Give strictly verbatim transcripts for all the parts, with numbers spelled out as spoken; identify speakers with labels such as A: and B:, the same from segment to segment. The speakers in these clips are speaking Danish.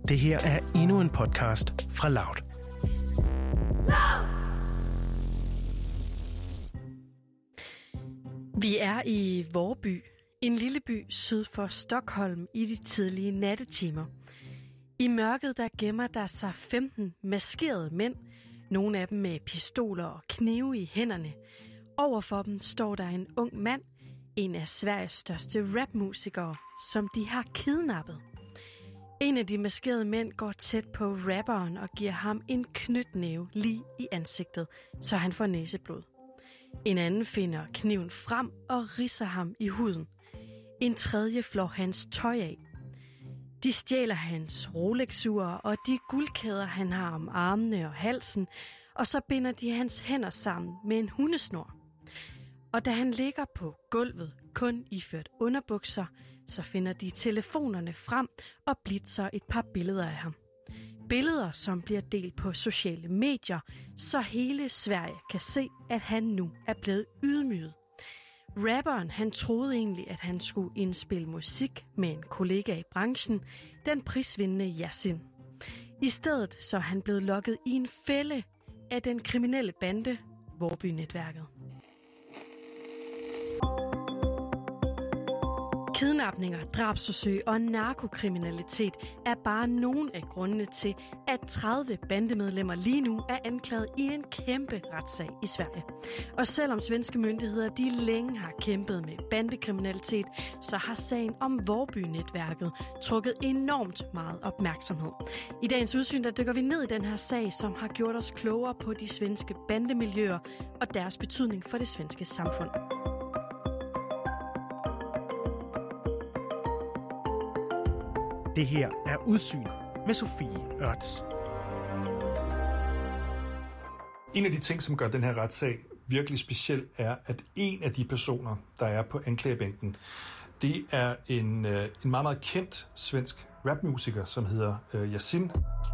A: Det her er endnu en podcast fra Loud.
B: Vi er i Vårby, en lille by syd for Stockholm i de tidlige nattetimer. I mørket der gemmer der sig femten maskerede mænd, nogle af dem med pistoler og knive i hænderne. Overfor dem står der en ung mand, en af Sveriges største rapmusikere, som de har kidnappet. En af de maskerede mænd går tæt på rapperen og giver ham en knytnæve lige i ansigtet, så han får næseblod. En anden finder kniven frem og ridser ham i huden. En tredje flår hans tøj af. De stjæler hans Rolex-ure og de guldkæder, han har om armene og halsen, og så binder de hans hænder sammen med en hundesnor. Og da han ligger på gulvet, kun iført underbukser, så finder de telefonerne frem og blitzer et par billeder af ham. Billeder, som bliver delt på sociale medier, så hele Sverige kan se, at han nu er blevet ydmyget. Rapperen, han troede egentlig, at han skulle indspille musik med en kollega i branchen, den prisvindende Yasin. I stedet så er han blevet lokket i en fælde af den kriminelle bande Vårby-netværket. Kidnapninger, drabsforsøg og narkokriminalitet er bare nogle af grundene til, at tredive bandemedlemmer lige nu er anklaget i en kæmpe retssag i Sverige. Og selvom svenske myndigheder de længe har kæmpet med bandekriminalitet, så har sagen om Vårby-netværket trukket enormt meget opmærksomhed. I dagens udsyn der dykker vi ned i den her sag, som har gjort os klogere på de svenske bandemiljøer og deres betydning for det svenske samfund.
A: Det her er Udsyn med Sofie Ørts.
C: En af de ting, som gør den her retssag virkelig speciel, er, at en af de personer, der er på anklagebænken, det er en, en meget, meget kendt svensk rapmusiker, som hedder uh, Yasin.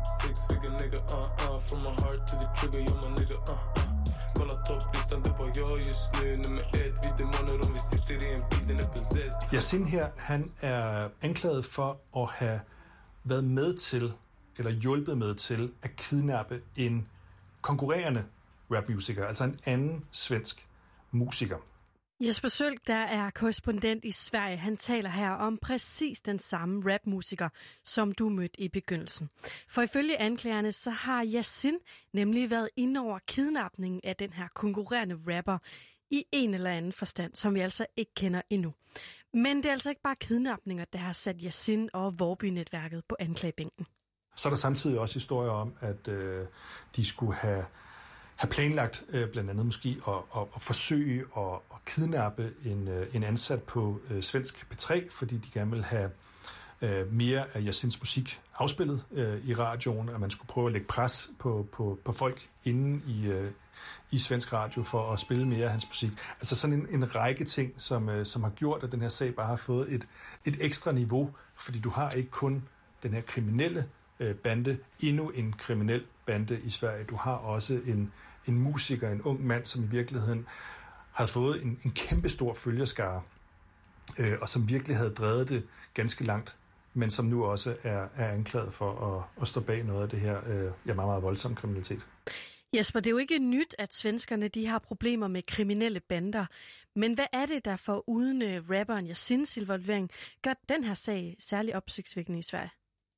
C: Yasin her, han er anklaget for at have været med til, eller hjulpet med til, at kidnappe en konkurrerende rapmusiker, altså en anden svensk musiker.
B: Jesper Sølk, der er korrespondent i Sverige, han taler her om præcis den samme rapmusiker, som du mødte i begyndelsen. For ifølge anklagerne, så har Yasin nemlig været inde over kidnapningen af den her konkurrerende rapper i en eller anden forstand, som vi altså ikke kender endnu. Men det er altså ikke bare kidnapninger, der har sat Yasin og Vårby-netværket på anklagebænken.
C: Så er der samtidig også historier om, at øh, de skulle have har planlagt øh, blandt andet måske at, at, at forsøge at, at kidnappe en, øh, en ansat på øh, svensk P tre, fordi de gerne vil have øh, mere af Yasins musik afspillet øh, i radioen, og man skulle prøve at lægge pres på, på, på folk inde i, øh, i svensk radio for at spille mere af hans musik. Altså sådan en, en række ting, som, øh, som har gjort, at den her sag bare har fået et, et ekstra niveau, fordi du har ikke kun den her kriminelle bande, endnu en kriminel bande i Sverige. Du har også en, en musiker, en ung mand, som i virkeligheden havde fået en, en kæmpe stor følgerskare, øh, og som virkelig havde drevet det ganske langt, men som nu også er, er anklaget for at, at stå bag noget af det her øh, ja, meget, meget voldsom kriminalitet.
B: Jesper, det er jo ikke nyt, at svenskerne de har problemer med kriminelle bander, men hvad er det, der for uden rapperen Yasins involvering gør den her sag særlig opsigtsvækkende i Sverige?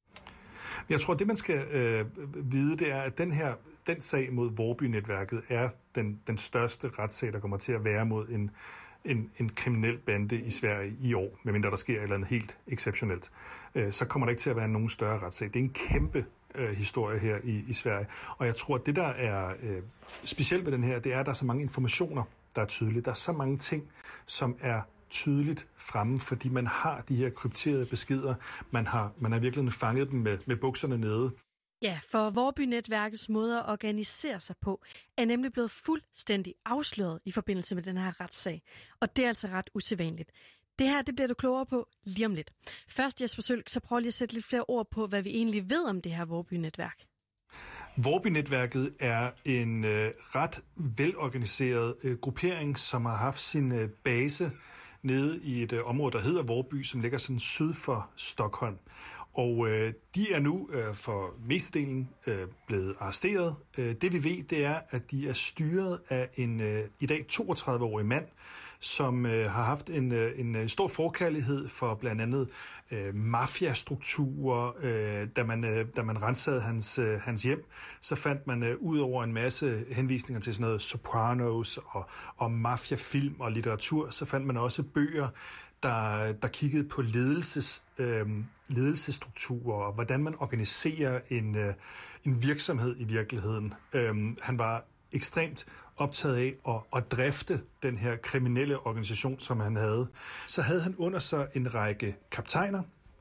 C: Jeg tror, det man skal øh, vide, det er, at den her den sag mod Vårby-netværket er den, den største retssag, der kommer til at være mod en, en, en kriminel bande i Sverige i år, medmindre der sker et eller andet helt exceptionelt. Øh, så kommer der ikke til at være nogen større retssag. Det er en kæmpe øh, historie her i, i Sverige, og jeg tror, at det, der er øh, specielt ved den her, det er, at der er så mange informationer, der er tydelige. Der er så mange ting, som er tydeligt fremme, fordi man har de her krypterede beskeder. Man har, man har virkelig fanget dem med, med bukserne nede.
B: Ja, for Vårby-netværkets måde at organisere sig på er nemlig blevet fuldstændig afsløret i forbindelse med den her retssag. Og det er altså ret usædvanligt. Det her, det bliver du klogere på lige om lidt. Først, Jesper Sølk, så prøv lige at sætte lidt flere ord på, hvad vi egentlig ved om det her Vårby-netværk.
C: Vårby-netværket er en øh, ret velorganiseret øh, gruppering, som har haft sin øh, base nede i et øh, område, der hedder Vårby, som ligger sådan syd for Stockholm. Og øh, de er nu øh, for mestedelen øh, blevet arresteret. Øh, det vi ved, det er, at de er styret af en øh, i dag toogtredive-årig mand, som øh, har haft en, øh, en stor forkærlighed for blandt andet øh, mafiastrukturer. Øh, da, man, øh, da man rensede hans, øh, hans hjem, så fandt man øh, ud over en masse henvisninger til sådan noget Sopranos og, og mafiafilm og litteratur, så fandt man også bøger, der, der kiggede på ledelses, øh, ledelsesstrukturer og hvordan man organiserer en, øh, en virksomhed i virkeligheden. Øh, han var ekstremt optaget af at, at drifte den her kriminelle organisation, som han havde. Så havde han under sig en række kaptajner,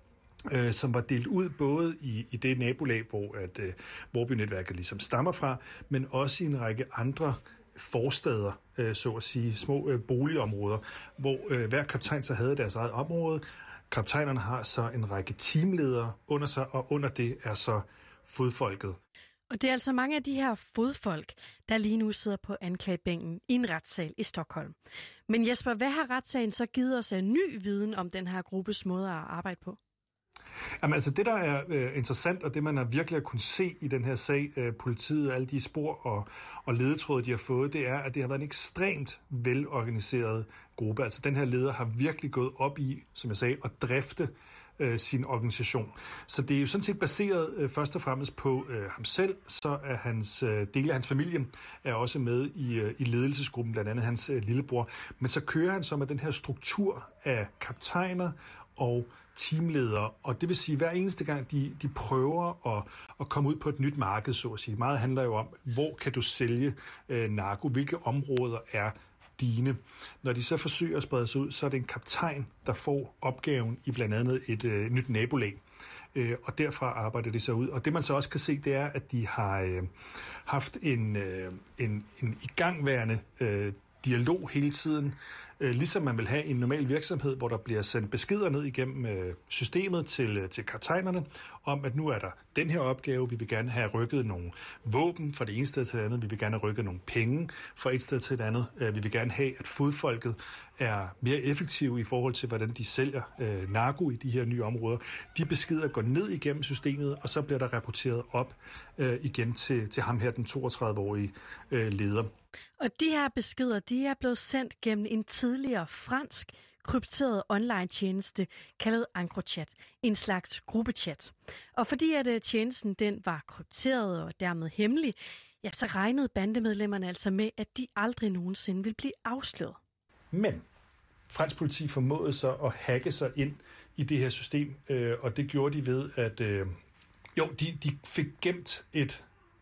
C: øh, som var delt ud både i, i det nabolag, hvor at, øh, Vårby-netværket ligesom stammer fra, men også i en række andre forsteder, øh, så at sige, små øh, boligområder, hvor øh, hver kaptajn så havde deres eget område. Kaptajnerne har så en række teamledere under sig, og under det er så fodfolket.
B: Og det er altså mange af de her fodfolk, der lige nu sidder på anklagebænken i en retssal i Stockholm. Men Jesper, hvad har retssagen så givet os af ny viden om den her gruppes måde at arbejde på?
C: Jamen altså det, der er øh, interessant, og det man har virkelig kunnet se i den her sag, øh, politiet, alle de spor og, og ledetråde, de har fået, det er, at det har været en ekstremt velorganiseret gruppe. Altså den her leder har virkelig gået op i, som jeg sagde, at drifte øh, sin organisation. Så det er jo sådan set baseret øh, først og fremmest på øh, ham selv, så er hans øh, dele af hans familie er også med i, øh, i ledelsesgruppen, blandt andet hans øh, lillebror. Men så kører han så med den her struktur af kaptajner og teamledere, og det vil sige, at hver eneste gang, de, de prøver at, at komme ud på et nyt marked, så at sige. Meget handler jo om, hvor kan du sælge øh, narko, hvilke områder er dine. Når de så forsøger at sprede sig ud, så er det en kaptajn, der får opgaven i blandt andet et øh, nyt nabolag. Øh, og derfra arbejder det så ud. Og det man så også kan se, det er, at de har øh, haft en, øh, en, en igangværende øh, dialog hele tiden, øh, ligesom man vil have en normal virksomhed, hvor der bliver sendt beskeder ned igennem øh, systemet til, til kaptajnerne, om at nu er der den her opgave, vi vil gerne have rykket nogle våben fra det ene sted til det andet, vi vil gerne have rykket nogle penge fra et sted til det andet, øh, vi vil gerne have, at fodfolket er mere effektive i forhold til, hvordan de sælger øh, narko i de her nye områder. De beskeder går ned igennem systemet, og så bliver der rapporteret op øh, igen til, til ham her, den toogtredive-årige øh, leder.
B: Og de her beskeder, de er blevet sendt gennem en tidligere fransk krypteret online-tjeneste kaldet EncroChat, en slags gruppechat. Og fordi at tjenesten den var krypteret og dermed hemmelig, ja, så regnede bandemedlemmerne altså med, at de aldrig nogensinde ville blive afsløret.
C: Men fransk politi formåede så at hacke sig ind i det her system, og det gjorde de ved, at øh, jo, de, de fik gemt et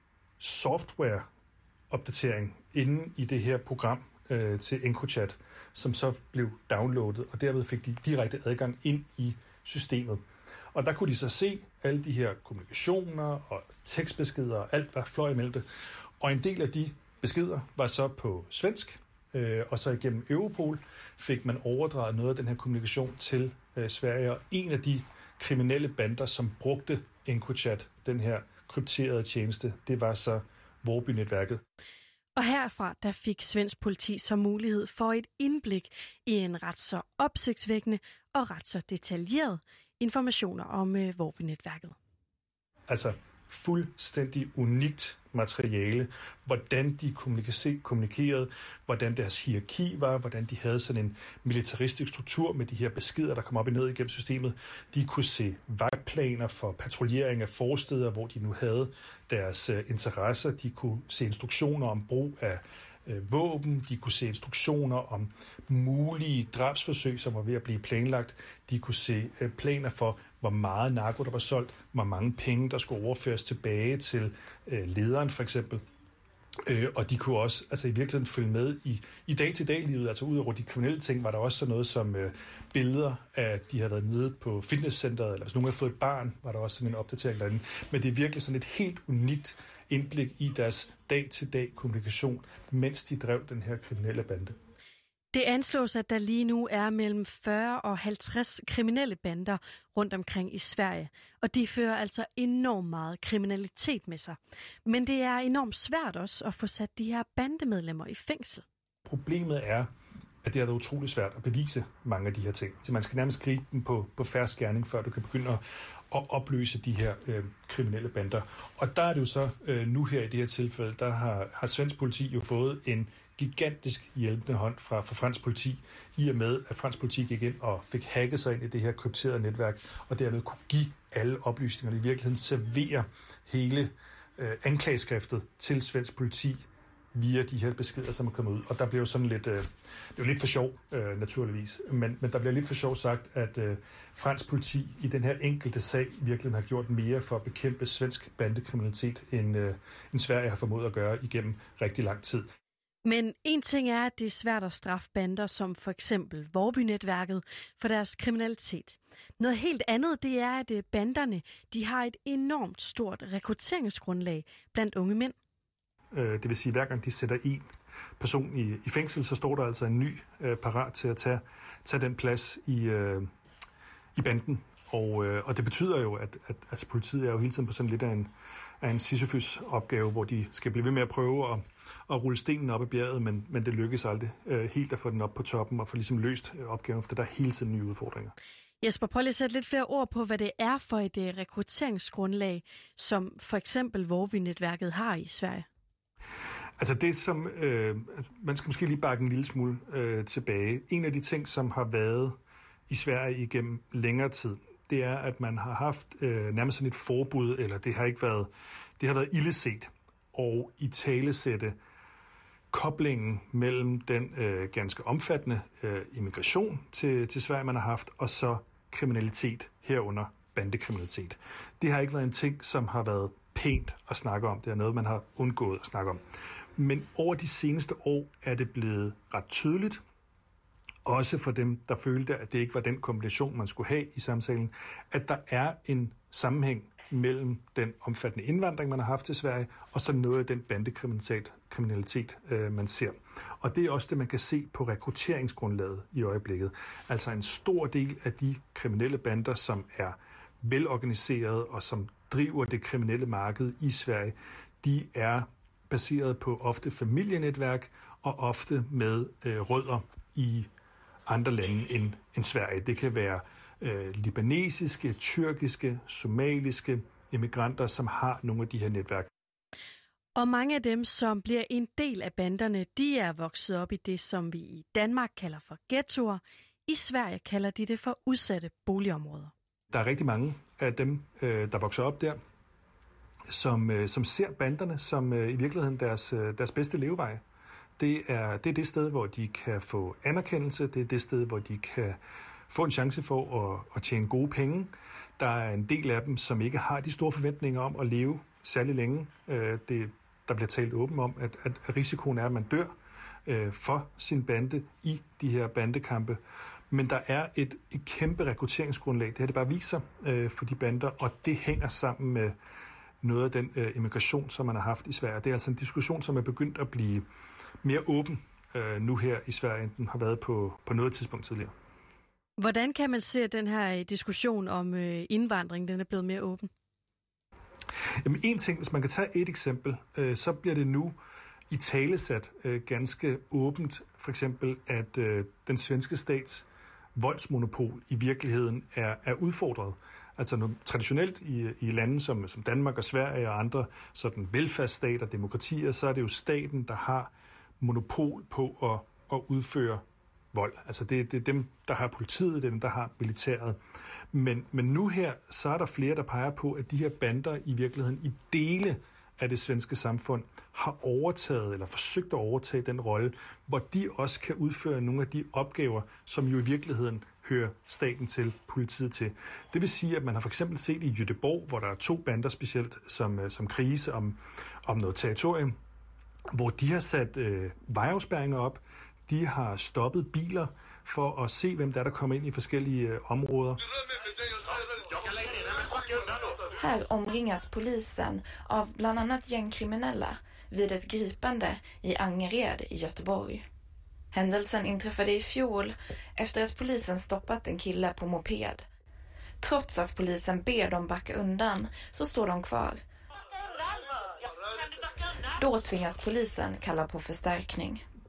C: software-opdatering inde i det her program øh, til EncroChat, som så blev downloadet, og derved fik de direkte adgang ind i systemet. Og der kunne de så se alle de her kommunikationer og tekstbeskeder og alt, hvad fløj imellem det. Og en del af de beskeder var så på svensk, øh, og så igennem Europol fik man overdraget noget af den her kommunikation til øh, Sverige. Og en af de kriminelle bander, som brugte EncroChat, den her krypterede tjeneste, det var så Vårby-netværket.
B: Og herfra der fik svensk politi så mulighed for et indblik i en ret så opsigtsvækkende og ret så detaljeret informationer om øh, Vårby-netværket.
C: Altså fuldstændig unikt materiale, hvordan de kommunikerede, hvordan deres hierarki var, hvordan de havde sådan en militaristisk struktur med de her beskeder, der kom op og ned igennem systemet. De kunne se vagtplaner for patruljering af forsteder, hvor de nu havde deres uh, interesser. De kunne se instruktioner om brug af uh, våben. De kunne se instruktioner om mulige drabsforsøg, som var ved at blive planlagt. De kunne se uh, planer for, hvor meget narko der var solgt, hvor mange penge, der skulle overføres tilbage til øh, lederen for eksempel. Øh, og de kunne også altså i virkeligheden følge med i, i dag-til-dag-livet, altså ud over de kriminelle ting, var der også sådan noget som øh, billeder af, at de havde været nede på fitnesscenteret, eller hvis nogen havde fået et barn, var der også sådan en opdatering derinde. Men det er virkelig sådan et helt unikt indblik i deres dag-til-dag kommunikation, mens de drev den her kriminelle bande.
B: Det anslås, at der lige nu er mellem fyrre og halvtreds kriminelle bander rundt omkring i Sverige, og de fører altså enormt meget kriminalitet med sig. Men det er enormt svært også at få sat de her bandemedlemmer i fængsel.
C: Problemet er, at det har været utroligt svært at bevise mange af de her ting. Så man skal nærmest gribe dem på, på fersk gerning, før du kan begynde at, at opløse de her øh, kriminelle bander. Og der er det jo så øh, nu her i det her tilfælde, der har, har svensk politi jo fået en gigantisk hjælpende hånd fra, fra fransk politi, i og med, at fransk politi gik ind og fik hacket sig ind i det her krypterede netværk, og derved kunne give alle oplysningerne, i virkeligheden servere hele øh, anklageskriftet til svensk politi via de her beskeder, som er kommet ud. Og der bliver jo sådan lidt, øh, det er jo lidt for sjov, øh, naturligvis, men, men der bliver lidt for sjov sagt, at øh, fransk politi i den her enkelte sag i virkeligheden har gjort mere for at bekæmpe svensk bandekriminalitet, end, øh, end Sverige har formået at gøre igennem rigtig lang tid.
B: Men en ting er, at det er svært at straffe bander som for eksempel Vårby-netværket for deres kriminalitet. Noget helt andet, det er, at banderne de har et enormt stort rekrutteringsgrundlag blandt unge mænd.
C: Det vil sige, at hver gang de sætter en person i, i fængsel, så står der altså en ny øh, parat til at tage, tage den plads i, øh, i banden. Og, øh, og det betyder jo, at, at, at politiet er jo hele tiden på sådan lidt af en, af en Sisyfos-opgave, hvor de skal blive ved med at prøve at, at rulle stenen op ad bjerget, men, men det lykkes aldrig øh, helt at få den op på toppen og få ligesom løst øh, opgaven, for der er hele tiden nye udfordringer.
B: Jesper, prøv lige at sætte lidt flere ord på, hvad det er for et uh, rekrutteringsgrundlag, som for eksempel Vårby-netværket har i Sverige.
C: Altså det, som øh, man skal måske lige bakke en lille smule øh, tilbage. En af de ting, som har været i Sverige igennem længere tid, det er, at man har haft øh, nærmest sådan et forbud, eller det har ikke været, det har været illeset, og i talesætte koblingen mellem den øh, ganske omfattende øh, immigration til, til Sverige, man har haft, og så kriminalitet herunder bandekriminalitet. Det har ikke været en ting, som har været pænt at snakke om. Det er noget, man har undgået at snakke om. Men over de seneste år er det blevet ret tydeligt, også for dem, der følte, at det ikke var den kombination, man skulle have i samtalen, at der er en sammenhæng mellem den omfattende indvandring, man har haft til Sverige, og så noget af den bandekriminalitet, kriminalitet, øh, man ser. Og det er også det, man kan se på rekrutteringsgrundlaget i øjeblikket. Altså en stor del af de kriminelle bander, som er velorganiserede og som driver det kriminelle marked i Sverige, de er baseret på ofte familienetværk og ofte med øh, rødder i andre lande end, end Sverige. Det kan være øh, libanesiske, tyrkiske, somaliske immigranter, som har nogle af de her netværk.
B: Og mange af dem, som bliver en del af banderne, de er vokset op i det, som vi i Danmark kalder for ghettoer. I Sverige kalder de det for udsatte boligområder. Der
C: er rigtig mange af dem, øh, der vokser op der, som, øh, som ser banderne som øh, i virkeligheden deres, øh, deres bedste levevej. Det er, det er det sted, hvor de kan få anerkendelse. Det er det sted, hvor de kan få en chance for at, at tjene gode penge. Der er en del af dem, som ikke har de store forventninger om at leve særlig længe. Øh, det, der bliver talt åbent om, at, at risikoen er, at man dør øh, for sin bande i de her bandekampe. Men der er et, et kæmpe rekrutteringsgrundlag. Det her det bare viser øh, for de bander, og det hænger sammen med noget af den øh, immigration, som man har haft i Sverige. Det er altså en diskussion, som er begyndt at blive mere åben øh, nu her i Sverige, end den har været på, på noget tidspunkt tidligere.
B: Hvordan kan man se, at den her diskussion om øh, indvandring, den er blevet mere åben?
C: Jamen en ting, hvis man kan tage et eksempel, øh, så bliver det nu i talesat øh, ganske åbent, for eksempel, at øh, den svenske stats voldsmonopol i virkeligheden er, er udfordret. Altså nu, traditionelt i, i lande som, som Danmark og Sverige og andre sådan velfærdsstater, demokratier, så er det jo staten, der har monopol på at, at udføre vold. Altså det, det er dem, der har politiet, det er dem, der har militæret. Men, men nu her, så er der flere, der peger på, at de her bander i virkeligheden i dele af det svenske samfund har overtaget eller forsøgt at overtage den rolle, hvor de også kan udføre nogle af de opgaver, som jo i virkeligheden hører staten til, politiet til. Det vil sige, at man har for eksempel set i Göteborg, hvor der er to bander specielt, som, som krise om, om noget territorium, hvor de har sat øh, vejafspærringer op, de har stoppet biler for at se, hvem der er, der kommer ind i forskellige øh, områder.
D: Här omringas polisen av bland annat gängkriminella vid ett gripande i Angered i Göteborg. Händelsen inträffade i fjol efter att polisen stoppat en kille på moped. Trots att polisen ber dem backa undan så står de kvar. Då tvingas polisen kalla på förstärkning.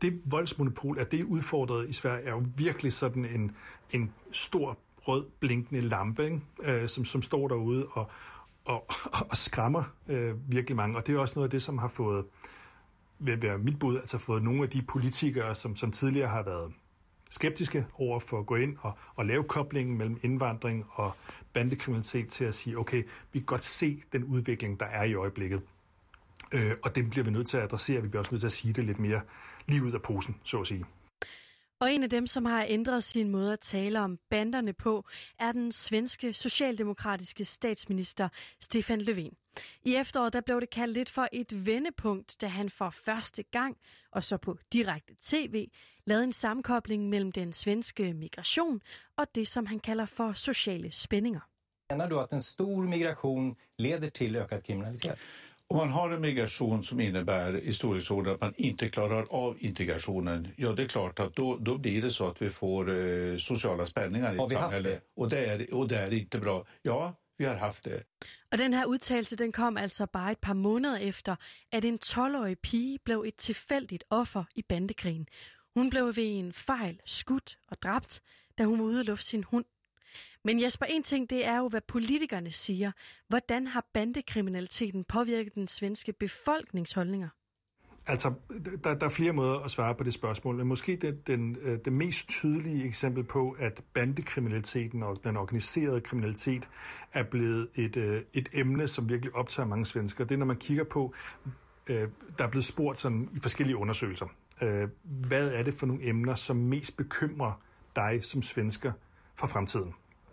C: det voldsmonopol, at det er udfordret i Sverige, er jo virkelig sådan en, en stor rød blinkende lampe, ikke? Øh, som, som står derude og, og, og, og skræmmer øh, virkelig mange. Og det er også noget af det, som har fået, vil være mit bud, altså fået nogle af de politikere, som, som tidligere har været skeptiske over for at gå ind og, og lave koblingen mellem indvandring og bandekriminalitet til at sige, okay, vi kan godt se den udvikling, der er i øjeblikket. Øh, og det bliver vi nødt til at adressere. Vi bliver også nødt til at sige det lidt mere lige ud af posen, så at sige.
B: Og en af dem, som har ændret sin måde at tale om banderne på, er den svenske socialdemokratiske statsminister Stefan Löfven. I efteråret der blev det kaldt lidt for et vendepunkt, da han for første gang, og så på direkte tv, lavede en sammenkobling mellem den svenske migration og det, som han kalder for sociale spændinger.
E: Menar du, at en stor migration leder til ökad kriminalitet?
F: Om man har en migration som innebär i storleksordning att man inte klarar av integrationen, ja det är klart att då, då blir det så att vi får eh, sociala spänningar i ett samhälle. Och det, är, och det är inte bra. Ja, vi har haft det.
B: Og den her udtalelse, den kom altså bare et par måneder efter, at en tolv-årig pige blev et tilfældigt offer i bandekrigen. Hun blev ved en fejl skudt og dræbt, da hun var ude at lufte sin hund. Men Jesper, en ting, det er jo, hvad politikerne siger. Hvordan har bandekriminaliteten påvirket den svenske befolkningsholdninger?
C: Altså, der, der er flere måder at svare på det spørgsmål, men måske det, den, det mest tydelige eksempel på, at bandekriminaliteten og den organiserede kriminalitet er blevet et, et emne, som virkelig optager mange svensker. Det er, når man kigger på, der er blevet spurgt sådan i forskellige undersøgelser. Hvad er det for nogle emner, som mest bekymrer dig som svensker for fremtiden?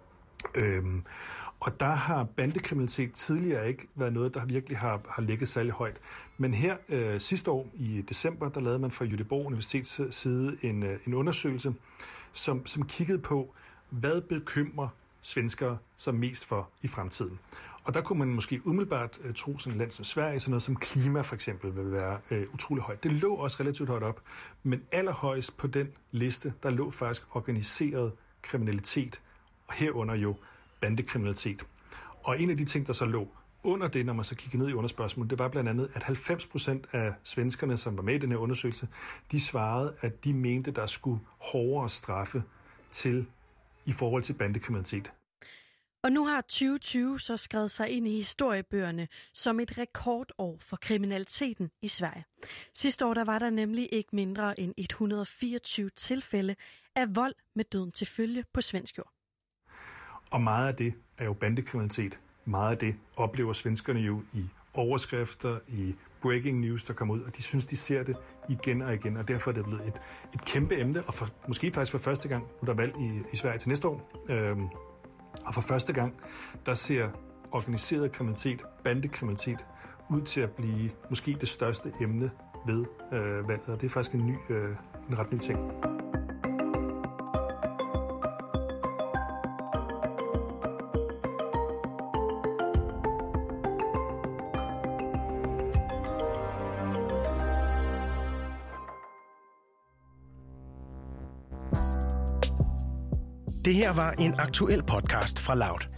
C: Øhm, og der har bandekriminalitet tidligere ikke været noget, der virkelig har, har ligget særlig højt. Men her øh, sidste år i december, der lavede man fra Göteborg Universitets side en, øh, en undersøgelse, som, som kiggede på, hvad bekymrer svenskere som mest for i fremtiden. Og der kunne man måske umiddelbart øh, tro, sådan et land som Sverige, sådan noget som klima for eksempel, vil være øh, utrolig højt. Det lå også relativt højt op, men allerhøjst på den liste, der lå faktisk organiseret kriminalitet, og herunder jo bandekriminalitet. Og en af de ting, der så lå under det, når man så kiggede ned i underspørgsmålet, det var blandt andet, at halvfems procent af svenskerne, som var med i den her undersøgelse, de svarede, at de mente, der skulle hårdere straffe til i forhold til bandekriminalitet.
B: Og nu har tyve tyve så skrevet sig ind i historiebøgerne som et rekordår for kriminaliteten i Sverige. Sidste år der var der nemlig ikke mindre end et hundrede og fireogtyve tilfælde af vold med døden til følge på svensk jord.
C: Og meget af det er jo bandekriminalitet. Meget af det oplever svenskerne jo i overskrifter, i breaking news, der kommer ud, og de synes, de ser det igen og igen, og derfor er det blevet et, et kæmpe emne, og for, måske faktisk for første gang, nu er der valg i, i Sverige til næste år, øhm, og for første gang, der ser organiseret kriminalitet, bandekriminalitet, ud til at blive måske det største emne ved øh, valget, og det er faktisk en, ny, øh, en ret ny ting.
A: Det her var en aktuel podcast fra Loud.